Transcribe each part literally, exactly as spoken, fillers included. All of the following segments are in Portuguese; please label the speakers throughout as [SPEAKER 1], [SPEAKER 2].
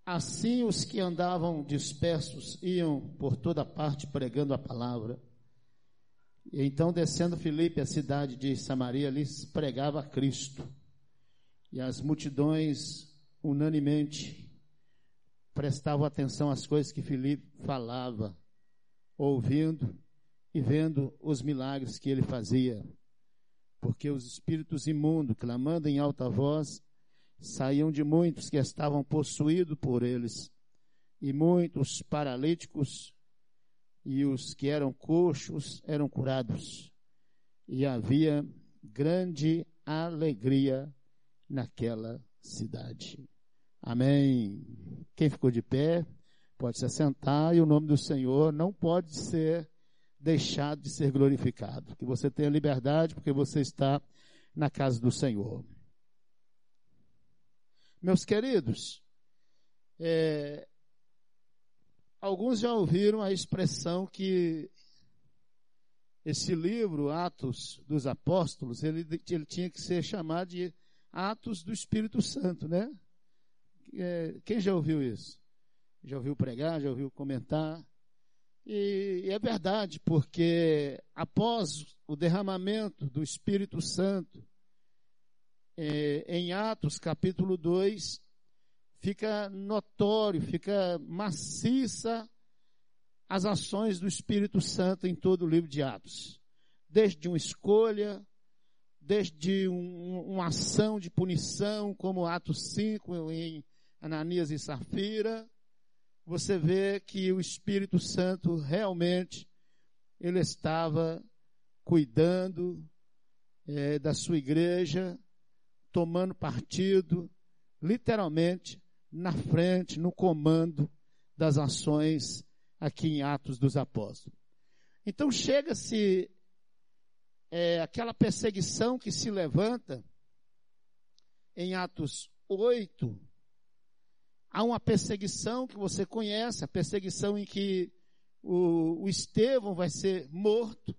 [SPEAKER 1] Assim os que andavam dispersos iam por toda parte pregando a palavra. E então, descendo Filipe à cidade de Samaria, lhes pregava a Cristo. E as multidões, unanimemente, prestavam atenção às coisas que Filipe falava, ouvindo e vendo os milagres que ele fazia. Porque os espíritos imundos, clamando em alta voz, saíam de muitos que estavam possuídos por eles, e muitos paralíticos e os que eram coxos eram curados. E havia grande alegria naquela cidade. Amém. Quem ficou de pé pode se assentar, e o nome do Senhor não pode ser deixado de ser glorificado. Que você tenha liberdade, porque você está na casa do Senhor. Meus queridos, é, alguns já ouviram a expressão que esse livro, Atos dos Apóstolos, ele, ele tinha que ser chamado de Atos do Espírito Santo, né? É, quem já ouviu isso? Já ouviu pregar, já ouviu comentar? E, e é verdade, porque após o derramamento do Espírito Santo, É, em Atos capítulo dois, fica notório, fica maciça as ações do Espírito Santo em todo o livro de Atos. Desde uma escolha, desde um, uma ação de punição, como Atos cinco, em Ananias e Safira, você vê que o Espírito Santo realmente, ele estava cuidando é, da sua igreja, tomando partido, literalmente, na frente, no comando das ações aqui em Atos dos Apóstolos. Então chega-se é, aquela perseguição que se levanta em Atos oito, há uma perseguição que você conhece, a perseguição em que o, o Estevão vai ser morto,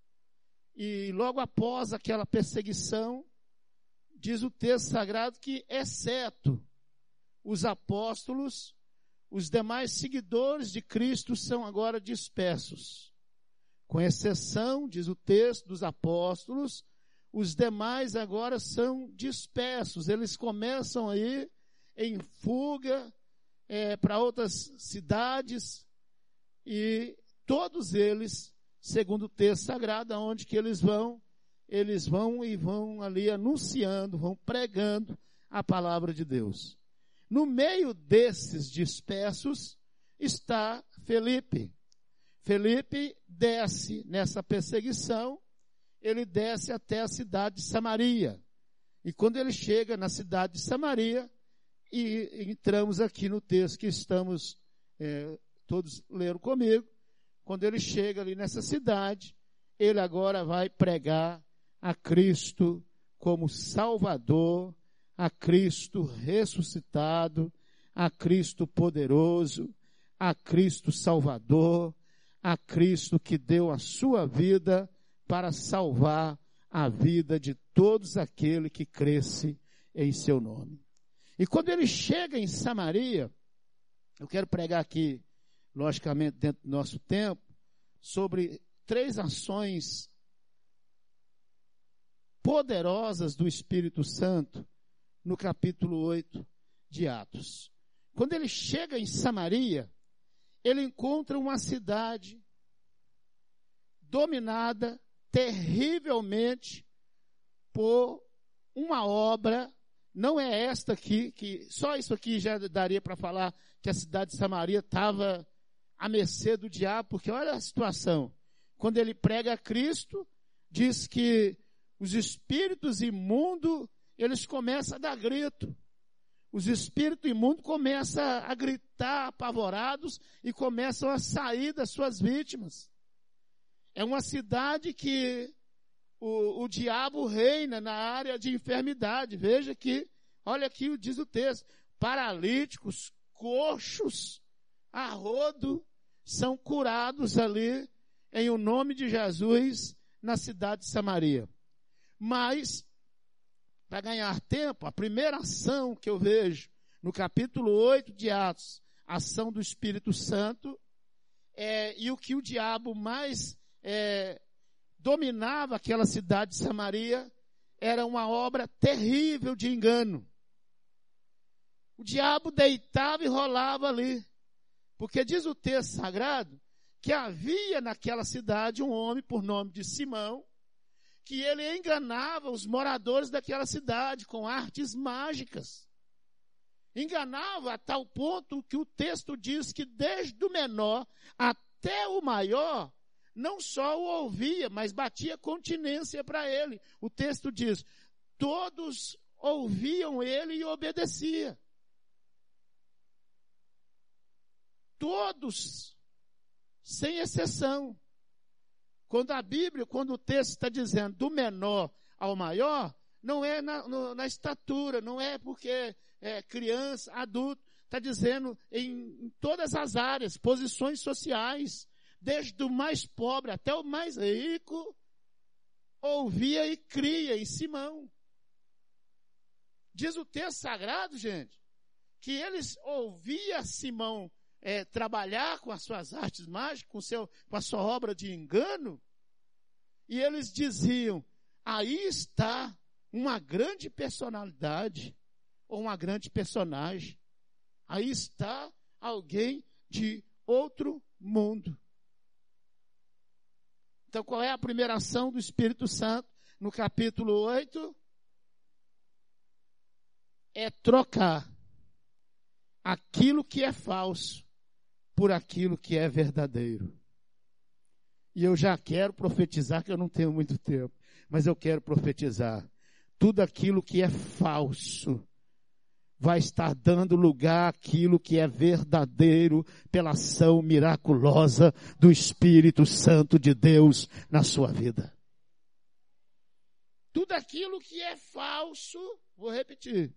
[SPEAKER 1] e logo após aquela perseguição, diz o texto sagrado que, exceto os apóstolos, os demais seguidores de Cristo são agora dispersos. Com exceção, diz o texto, dos apóstolos, os demais agora são dispersos. Eles começam a ir em fuga é, para outras cidades, e todos eles, segundo o texto sagrado, aonde que eles vão, eles vão e vão ali anunciando, vão pregando a palavra de Deus. No meio desses dispersos está Felipe. Felipe desce nessa perseguição, ele desce até a cidade de Samaria. E quando ele chega na cidade de Samaria, e entramos aqui no texto que estamos, é, todos leram comigo, quando ele chega ali nessa cidade, ele agora vai pregar a Cristo como Salvador, a Cristo ressuscitado, a Cristo poderoso, a Cristo Salvador, a Cristo que deu a sua vida para salvar a vida de todos aqueles que crescem em seu nome. E quando ele chega em Samaria, eu quero pregar aqui, logicamente dentro do nosso tempo, sobre três ações poderosas do Espírito Santo no capítulo oito de Atos. Quando ele chega em Samaria, ele encontra uma cidade dominada terrivelmente por uma obra, não é esta aqui, que só isso aqui já daria para falar que a cidade de Samaria estava à mercê do diabo, porque olha a situação. Quando ele prega a Cristo, diz que os espíritos imundos, eles começam a dar grito. Os espíritos imundos começam a gritar apavorados e começam a sair das suas vítimas. É uma cidade que o, o diabo reina na área de enfermidade. Veja que, olha aqui, diz o texto, paralíticos, coxos, a rodo, são curados ali em o nome de Jesus na cidade de Samaria. Mas, para ganhar tempo, a primeira ação que eu vejo no capítulo oito de Atos, ação do Espírito Santo, é, e o que o diabo mais é, dominava aquela cidade de Samaria era uma obra terrível de engano. O diabo deitava e rolava ali, porque diz o texto sagrado que havia naquela cidade um homem por nome de Simão, que ele enganava os moradores daquela cidade com artes mágicas. Enganava a tal ponto que o texto diz que desde o menor até o maior, não só o ouvia, mas batia continência para ele. O texto diz, todos ouviam ele e obedeciam. Todos, sem exceção. Quando a Bíblia, quando o texto está dizendo do menor ao maior, não é na, no, na estatura, não é porque é criança, adulto, está dizendo em, em todas as áreas, posições sociais, desde o mais pobre até o mais rico, ouvia e cria em Simão. Diz o texto sagrado, gente, que eles ouviam Simão É, trabalhar com as suas artes mágicas, com, seu, com a sua obra de engano, e eles diziam, aí está uma grande personalidade, ou uma grande personagem, aí está alguém de outro mundo. Então qual é a primeira ação do Espírito Santo no capítulo oito? É trocar aquilo que é falso por aquilo que é verdadeiro. E eu já quero profetizar, que eu não tenho muito tempo, mas eu quero profetizar. Tudo aquilo que é falso vai estar dando lugar àquilo que é verdadeiro pela ação miraculosa do Espírito Santo de Deus na sua vida. Tudo aquilo que é falso, vou repetir,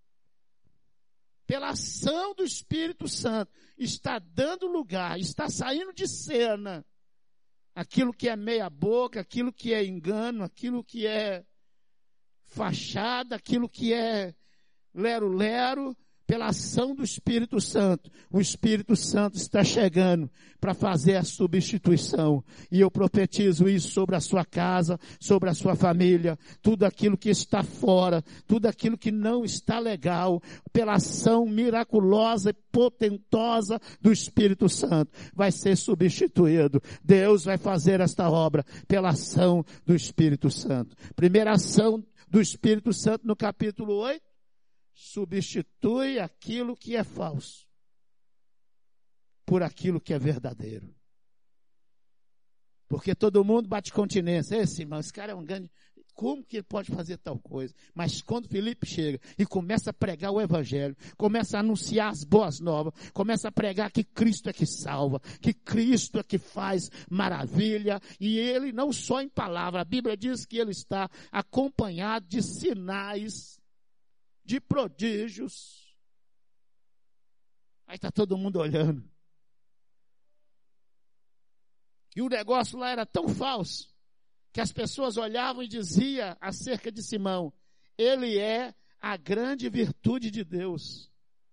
[SPEAKER 1] pela ação do Espírito Santo, está dando lugar, está saindo de cena, aquilo que é meia boca, aquilo que é engano, aquilo que é fachada, aquilo que é lero-lero, pela ação do Espírito Santo. O Espírito Santo está chegando para fazer a substituição. E eu profetizo isso sobre a sua casa, sobre a sua família, tudo aquilo que está fora, tudo aquilo que não está legal, pela ação miraculosa e potentosa do Espírito Santo, vai ser substituído. Deus vai fazer esta obra pela ação do Espírito Santo. Primeira ação do Espírito Santo no capítulo oito, substitui aquilo que é falso por aquilo que é verdadeiro. Porque todo mundo bate continência. Esse irmão, esse cara é um grande... Como que ele pode fazer tal coisa? Mas quando Filipe chega e começa a pregar o Evangelho, começa a anunciar as boas novas, começa a pregar que Cristo é que salva, que Cristo é que faz maravilha, e ele não só em palavra, a Bíblia diz que ele está acompanhado de sinais, de prodígios. Aí está todo mundo olhando. E o negócio lá era tão falso, que as pessoas olhavam e diziam acerca de Simão, ele é a grande virtude de Deus.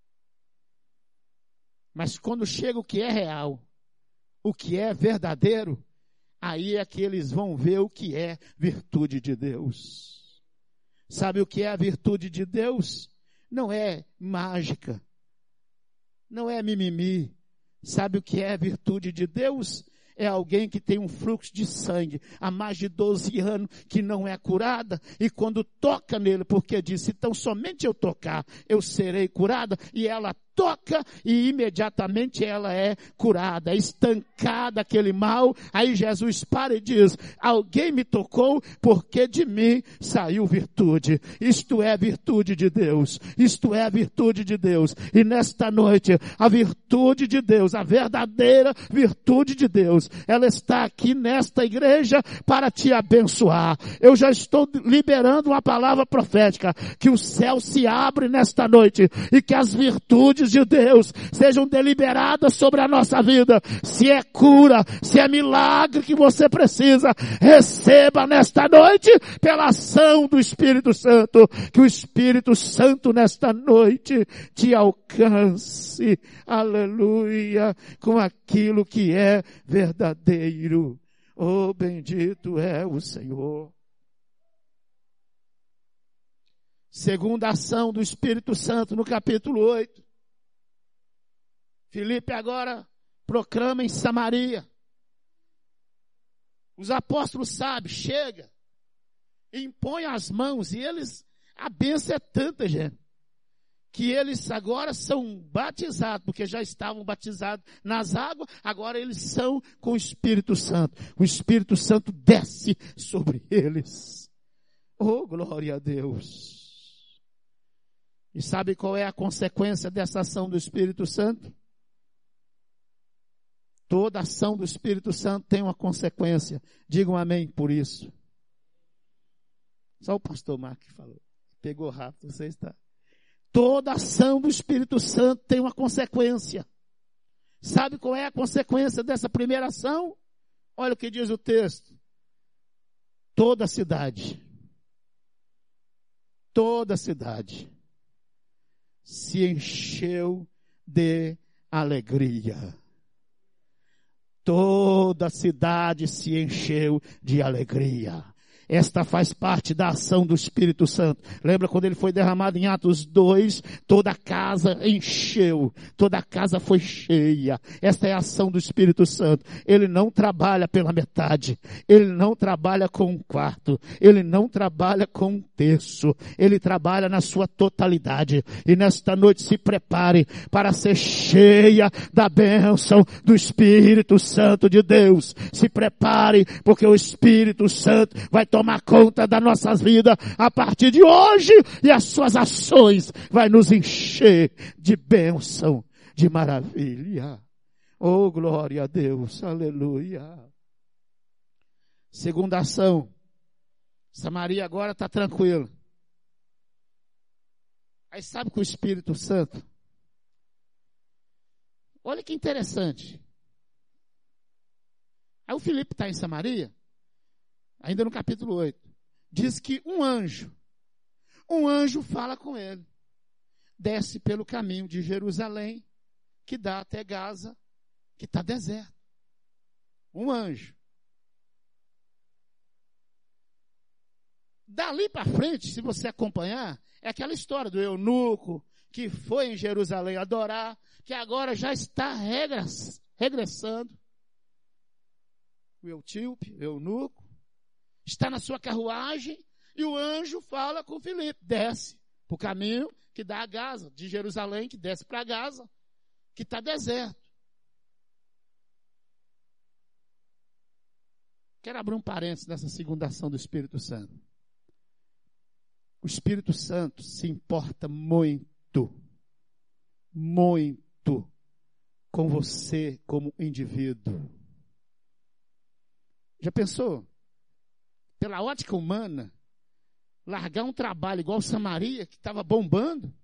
[SPEAKER 1] Mas quando chega o que é real, o que é verdadeiro, aí é que eles vão ver o que é virtude de Deus. Sabe o que é a virtude de Deus? Não é mágica. Não é mimimi. Sabe o que é a virtude de Deus? É alguém que tem um fluxo de sangue há mais de doze anos que não é curada, e quando toca nele, porque disse, então somente eu tocar, eu serei curada, e ela toca e imediatamente ela é curada, é estancada aquele mal. Aí Jesus para e diz, alguém me tocou porque de mim saiu virtude. Isto é a virtude de Deus, isto é a virtude de Deus. E nesta noite, a virtude de Deus, a verdadeira virtude de Deus, ela está aqui nesta igreja para te abençoar. Eu já estou liberando uma palavra profética, que o céu se abre nesta noite e que as virtudes verdades de Deus sejam deliberadas sobre a nossa vida. Se é cura, se é milagre que você precisa, receba nesta noite pela ação do Espírito Santo. Que o Espírito Santo nesta noite te alcance, aleluia, com aquilo que é verdadeiro. Oh, bendito é o Senhor. Segunda ação do Espírito Santo no capítulo oito. Filipe agora proclama em Samaria. Os apóstolos sabem, chega, impõe as mãos e eles, a bênção é tanta, gente, que eles agora são batizados, porque já estavam batizados nas águas, agora eles são com o Espírito Santo. O Espírito Santo desce sobre eles. Oh, glória a Deus. E sabe qual é a consequência dessa ação do Espírito Santo? Toda ação do Espírito Santo tem uma consequência. Digam amém por isso. Só o pastor Marco que falou. Pegou rápido, você está. Toda ação do Espírito Santo tem uma consequência. Sabe qual é a consequência dessa primeira ação? Olha o que diz o texto. Toda a cidade. Toda a cidade se encheu de alegria. Toda a cidade se encheu de alegria. Esta faz parte da ação do Espírito Santo. Lembra quando ele foi derramado em Atos dois? Toda a casa encheu. Toda a casa foi cheia. Esta é a ação do Espírito Santo. Ele não trabalha pela metade. Ele não trabalha com um quarto. Ele não trabalha com um terço. Ele trabalha na sua totalidade. E nesta noite se prepare para ser cheia da bênção do Espírito Santo de Deus. Se prepare, porque o Espírito Santo vai tomar conta das nossas vidas a partir de hoje, e as suas ações vai nos encher de bênção, de maravilha. Oh, glória a Deus, aleluia. Segunda ação, Samaria agora está tranquila. Aí sabe que o Espírito Santo, olha que interessante. Aí o Filipe está em Samaria, ainda no capítulo oito, diz que um anjo, um anjo fala com ele, desce pelo caminho de Jerusalém, que dá até Gaza, que está deserto. Um anjo. Dali para frente, se você acompanhar, é aquela história do eunuco, que foi em Jerusalém adorar, que agora já está regressando. O etíope, o eunuco, está na sua carruagem, e o anjo fala com Filipe, desce para o caminho que dá a Gaza, de Jerusalém, que desce para Gaza, que está deserto. Quero abrir um parênteses nessa segunda ação do Espírito Santo. O Espírito Santo se importa muito, muito com você como indivíduo. Já pensou? Pela ótica humana, largar um trabalho igual Samaria, que estava bombando.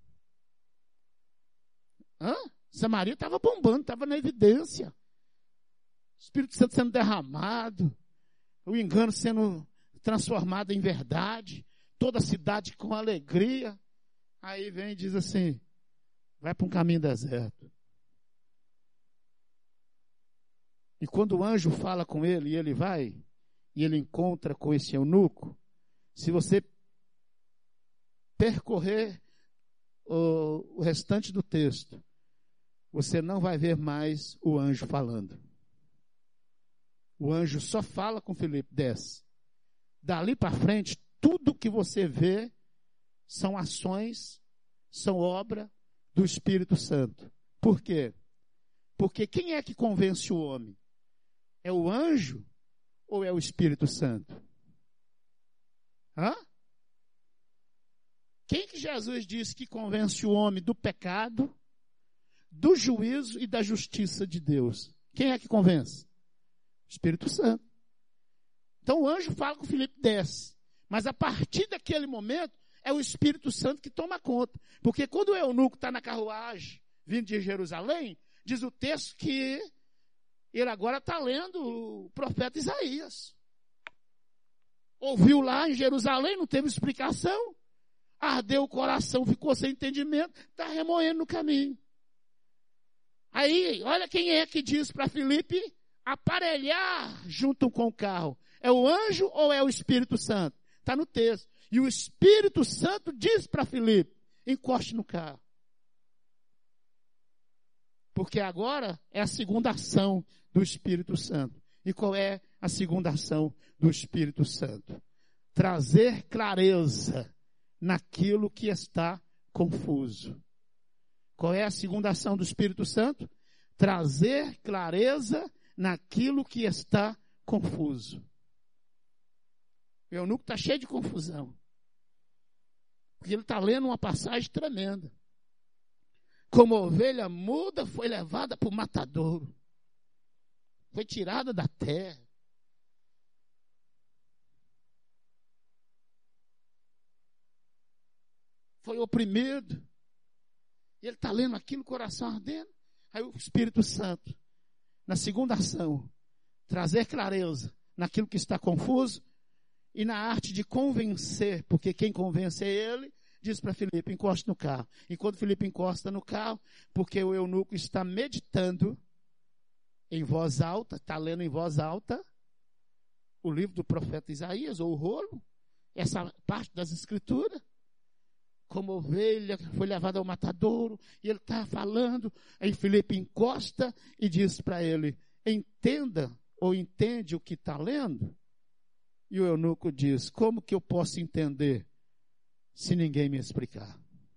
[SPEAKER 1] Hã? Samaria estava bombando, estava na evidência. O Espírito Santo sendo derramado, o engano sendo transformado em verdade, toda a cidade com alegria. Aí vem e diz assim, vai para um caminho deserto. E quando o anjo fala com ele, e ele vai, e ele encontra com esse eunuco, se você percorrer o, o restante do texto, você não vai ver mais o anjo falando. O anjo só fala com Filipe, desce. Dali para frente, tudo que você vê são ações, são obra do Espírito Santo. Por quê? Porque quem é que convence o homem? É o anjo ou é o Espírito Santo? Hã? Quem que Jesus disse que convence o homem do pecado, do juízo e da justiça de Deus? Quem é que convence? O Espírito Santo. Então o anjo fala com Filipe, desce. Mas a partir daquele momento, é o Espírito Santo que toma conta. Porque quando o eunuco está na carruagem, vindo de Jerusalém, diz o texto que ele agora está lendo o profeta Isaías. Ouviu lá em Jerusalém, não teve explicação, ardeu o coração, ficou sem entendimento, está remoendo no caminho. Aí, olha quem é que diz para Filipe aparelhar junto com o carro. É o anjo ou é o Espírito Santo? Está no texto. E o Espírito Santo diz para Filipe, encoste no carro. Porque agora é a segunda ação do Espírito Santo. E qual é a segunda ação do Espírito Santo? Trazer clareza naquilo que está confuso. Qual é a segunda ação do Espírito Santo? Trazer clareza naquilo que está confuso. O eunuco está cheio de confusão. Porque ele está lendo uma passagem tremenda. Como ovelha muda foi levada para o matadouro. Foi tirada da terra. Foi oprimido. E ele está lendo aquilo, coração ardendo. Aí o Espírito Santo, na segunda ação, trazer clareza naquilo que está confuso e na arte de convencer, porque quem convence é ele, diz para Filipe, encoste no carro. E quando Filipe encosta no carro, porque o eunuco está meditando em voz alta, está lendo em voz alta o livro do profeta Isaías, ou o rolo, essa parte das escrituras. Como ovelha foi levada ao matadouro, e ele está falando, aí Filipe encosta e diz para ele, entenda ou entende o que está lendo? E o eunuco diz, como que eu posso entender se ninguém me explicar?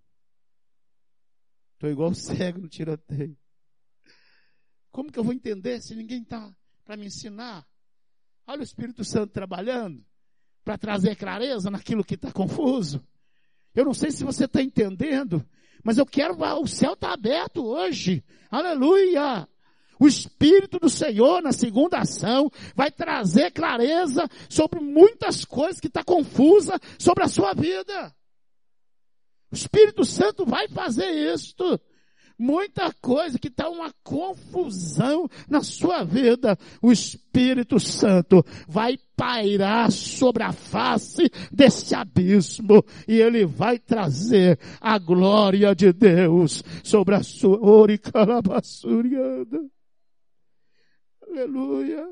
[SPEAKER 1] Estou igual cego no tiroteio. Como que eu vou entender se ninguém está para me ensinar? Olha o Espírito Santo trabalhando para trazer clareza naquilo que está confuso. Eu não sei se você está entendendo, mas eu quero, o céu está aberto hoje. Aleluia! O Espírito do Senhor, na segunda ação, vai trazer clareza sobre muitas coisas que estão confusas sobre a sua vida. O Espírito Santo vai fazer isto. Muita coisa que está uma confusão na sua vida, o Espírito Santo vai pairar sobre a face desse abismo e ele vai trazer a glória de Deus sobre a sua oricalabassuriana. Aleluia.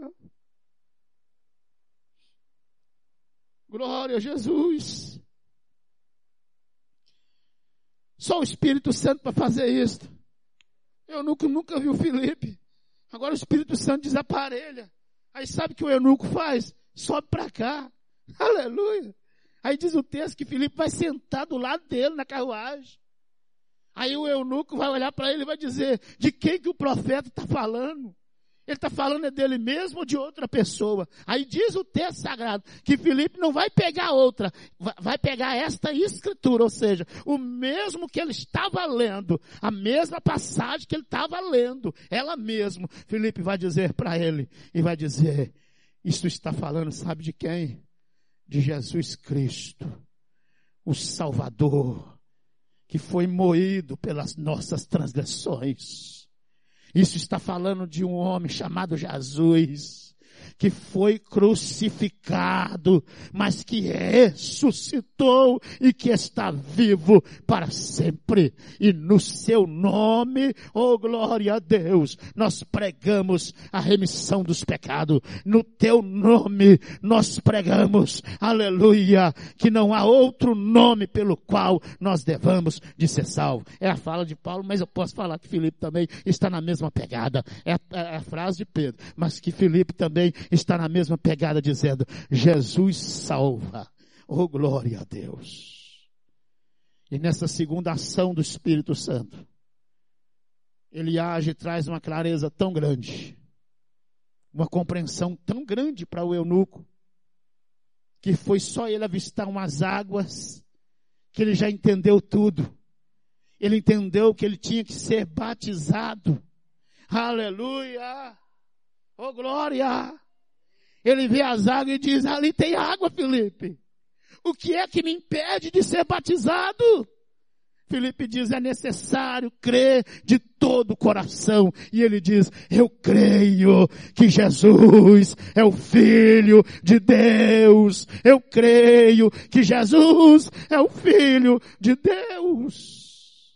[SPEAKER 1] Glória a Jesus. Só o Espírito Santo para fazer isso. Eu nunca, nunca vi o Filipe. Agora o Espírito Santo desaparelha. Aí sabe o que o eunuco faz? Sobe para cá. Aleluia. Aí diz o texto que Filipe vai sentar do lado dele na carruagem. Aí o eunuco vai olhar para ele e vai dizer, de quem que o profeta está falando? Ele está falando é dele mesmo ou de outra pessoa? Aí diz o texto sagrado que Filipe não vai pegar outra, vai pegar esta escritura, ou seja, o mesmo que ele estava lendo, a mesma passagem que ele estava lendo, ela mesmo. Filipe vai dizer para ele e vai dizer, isso está falando, sabe de quem? De Jesus Cristo, o Salvador, que foi moído pelas nossas transgressões. Isso está falando de um homem chamado Jesus, que foi crucificado, mas que ressuscitou e que está vivo para sempre. E no seu nome, oh glória a Deus, nós pregamos a remissão dos pecados. No teu nome nós pregamos, aleluia, que não há outro nome pelo qual nós devamos de ser salvos. É a fala de Paulo, mas eu posso falar que Filipe também está na mesma pegada. É a, é a frase de Pedro, mas que Filipe também está na mesma pegada dizendo, Jesus salva. Oh, glória a Deus. E nessa segunda ação do Espírito Santo, ele age e traz uma clareza tão grande, uma compreensão tão grande para o eunuco, que foi só ele avistar umas águas, que ele já entendeu tudo. Ele entendeu que ele tinha que ser batizado. Aleluia! Oh, glória! Ele vê as águas e diz, ali tem água, Filipe. O que é que me impede de ser batizado? Filipe diz, é necessário crer de todo o coração. E ele diz, eu creio que Jesus é o Filho de Deus. Eu creio que Jesus é o Filho de Deus.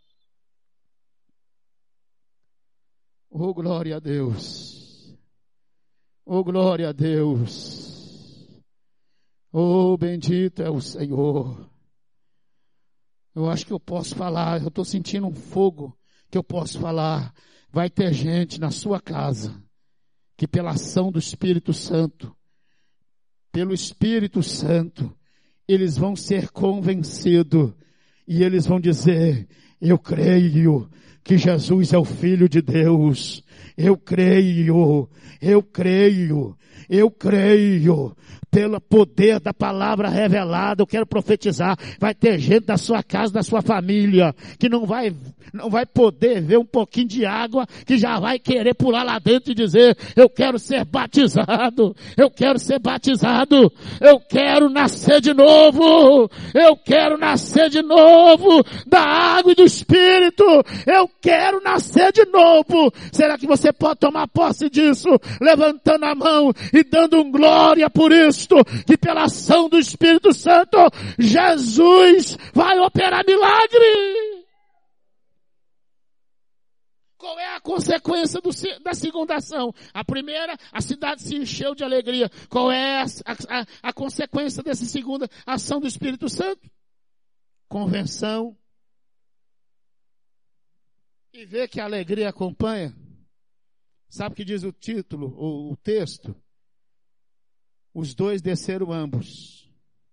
[SPEAKER 1] Oh, glória a Deus. Oh, glória a Deus. Oh, bendito é o Senhor. Eu acho que eu posso falar, eu estou sentindo um fogo que eu posso falar. Vai ter gente na sua casa que pela ação do Espírito Santo, pelo Espírito Santo, eles vão ser convencidos e eles vão dizer, eu creio que Jesus é o Filho de Deus. Eu creio, eu creio, eu creio. Pelo poder da palavra revelada, eu quero profetizar. Vai ter gente da sua casa, da sua família, que não vai, não vai poder ver um pouquinho de água, que já vai querer pular lá dentro e dizer, eu quero ser batizado, eu quero ser batizado, eu quero nascer de novo, eu quero nascer de novo da água e do Espírito, eu quero nascer de novo. Será que você pode tomar posse disso, levantando a mão e dando um glória por isso? Que pela ação do Espírito Santo, Jesus vai operar milagre. Qual é a consequência do, da segunda ação? A primeira, a cidade se encheu de alegria. Qual é a, a, a consequência dessa segunda ação do Espírito Santo? Convenção. E vê que a alegria acompanha. Sabe o que diz o título, ou o texto? Os dois desceram ambos.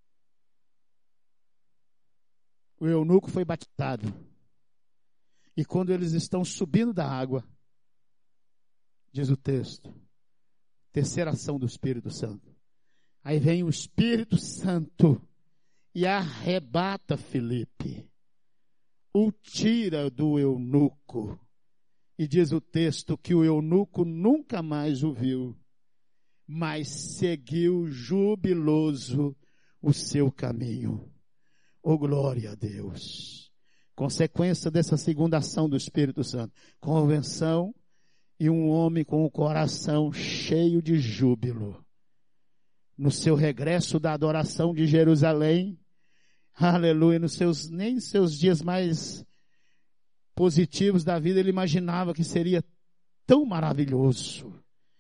[SPEAKER 1] O eunuco foi batizado. E quando eles estão subindo da água, diz o texto, terceira ação do Espírito Santo. Aí vem o Espírito Santo e arrebata Filipe. O tira do eunuco. E diz o texto que o eunuco nunca mais o viu, mas seguiu jubiloso o seu caminho. Oh, glória a Deus. Consequência dessa segunda ação do Espírito Santo. Convenção e um homem com o coração cheio de júbilo. No seu regresso da adoração de Jerusalém, aleluia, nos seus, nem seus dias mais positivos da vida, ele imaginava que seria tão maravilhoso.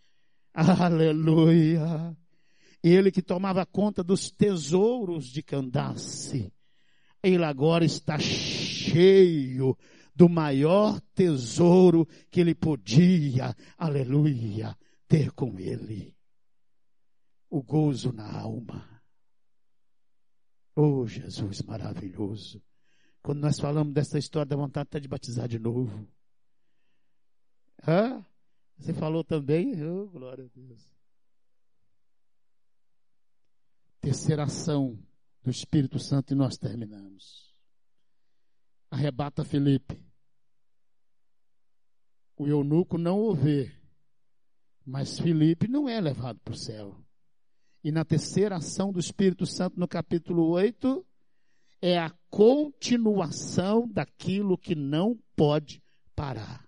[SPEAKER 1] Aleluia. Ele que tomava conta dos tesouros de Candace, ele agora está cheio do maior tesouro que ele podia, aleluia, ter com ele. O gozo na alma. Oh, Jesus maravilhoso. Quando nós falamos dessa história, dá vontade até de batizar de novo. Hã? Você falou também? Oh, glória a Deus. Terceira ação do Espírito Santo e nós terminamos. Arrebata Filipe. O eunuco não o vê, mas Filipe não é levado para o céu. E na terceira ação do Espírito Santo, no capítulo oito, é a continuação daquilo que não pode parar.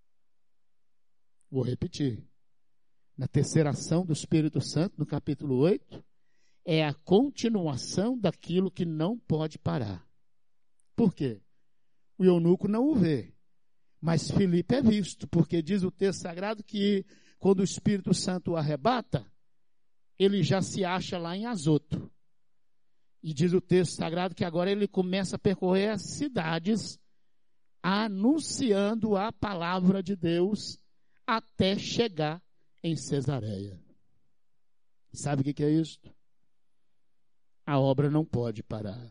[SPEAKER 1] Vou repetir. Na terceira ação do Espírito Santo, no capítulo oito, é a continuação daquilo que não pode parar. Por quê? O eunuco não o vê, mas Filipe é visto, porque diz o texto sagrado que quando o Espírito Santo o arrebata, ele já se acha lá em Azoto. E diz o texto sagrado que agora ele começa a percorrer as cidades, anunciando a palavra de Deus, até chegar em Cesareia. Sabe o que é isso? A obra não pode parar.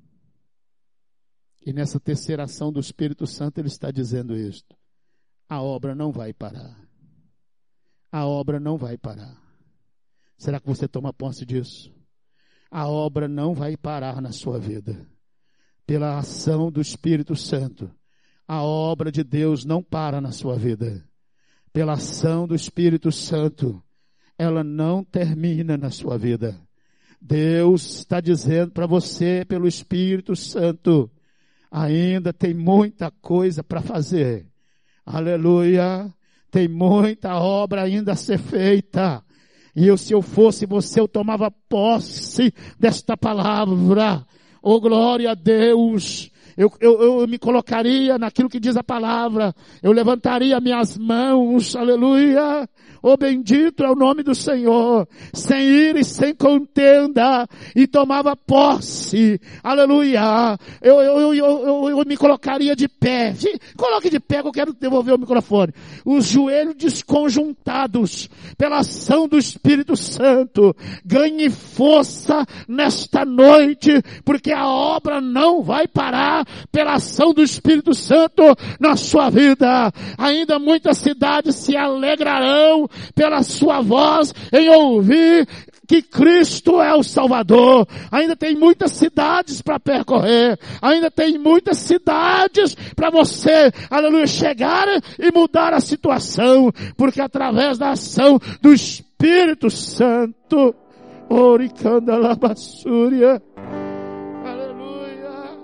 [SPEAKER 1] E nessa terceira ação do Espírito Santo ele está dizendo isto. A obra não vai parar. A obra não vai parar. Será que você toma posse disso? A obra não vai parar na sua vida. Pela ação do Espírito Santo, a obra de Deus não para na sua vida. Pela ação do Espírito Santo, ela não termina na sua vida. Deus está dizendo para você, pelo Espírito Santo, ainda tem muita coisa para fazer. Aleluia. Tem muita obra ainda a ser feita. E eu, se eu fosse você, eu tomava posse desta palavra. Oh, glória a Deus. Eu, eu, eu me colocaria naquilo que diz a palavra. Eu levantaria minhas mãos. Aleluia. Oh, bendito é o nome do Senhor. Sem ira e sem contenda. E tomava posse. Aleluia. Eu, eu, eu, eu, eu, eu me colocaria de pé. Coloque de pé que eu quero devolver o microfone. Os joelhos desconjuntados pela ação do Espírito Santo. Ganhe força nesta noite. Porque a obra não vai parar pela ação do Espírito Santo na sua vida. Ainda muitas cidades se alegrarão pela sua voz em ouvir que Cristo é o Salvador. Ainda tem muitas cidades para percorrer. Ainda tem muitas cidades para você, aleluia, chegar e mudar a situação. Porque através da ação do Espírito Santo, oricanda labassúria, aleluia,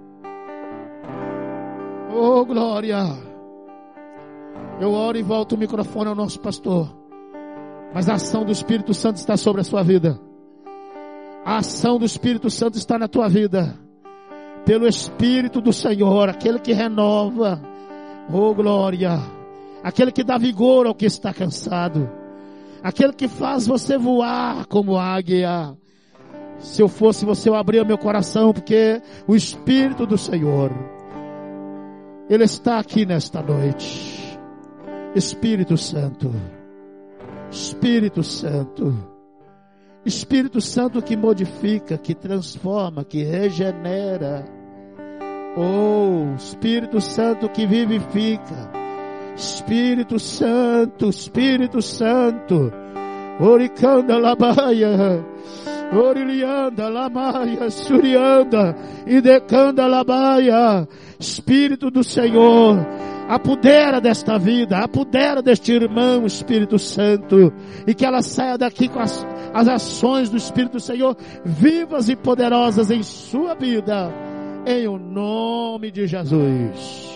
[SPEAKER 1] oh glória. Eu oro e volto o microfone ao nosso pastor. Mas a ação do Espírito Santo está sobre a sua vida. A ação do Espírito Santo está na tua vida. Pelo Espírito do Senhor, aquele que renova. Oh glória. Aquele que dá vigor ao que está cansado. Aquele que faz você voar como águia. Se eu fosse você, eu abria meu coração, porque o Espírito do Senhor, Ele está aqui nesta noite. Espírito Santo, Espírito Santo, Espírito Santo que modifica, que transforma, que regenera. Oh, Espírito Santo que vivifica. Espírito Santo, Espírito Santo, oricanda labaia, orilianda lamaia, surianda, idecanda labaia. Espírito do Senhor, apodera desta vida, apodera deste irmão, Espírito Santo, e que ela saia daqui com as, as ações do Espírito do Senhor vivas e poderosas em sua vida, em o nome de Jesus.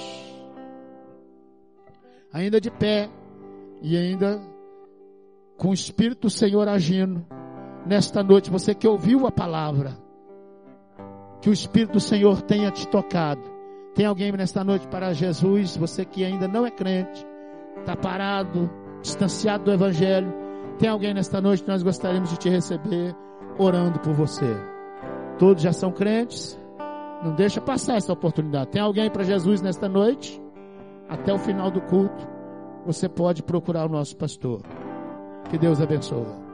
[SPEAKER 1] Ainda de pé e ainda com o Espírito do Senhor agindo nesta noite, você que ouviu a palavra, que o Espírito do Senhor tenha te tocado. Tem alguém nesta noite para Jesus, você que ainda não é crente, está parado, distanciado do Evangelho. Tem alguém nesta noite que nós gostaríamos de te receber, orando por você. Todos já são crentes, não deixa passar essa oportunidade. Tem alguém para Jesus nesta noite? Até o final do culto, você pode procurar o nosso pastor. Que Deus abençoe.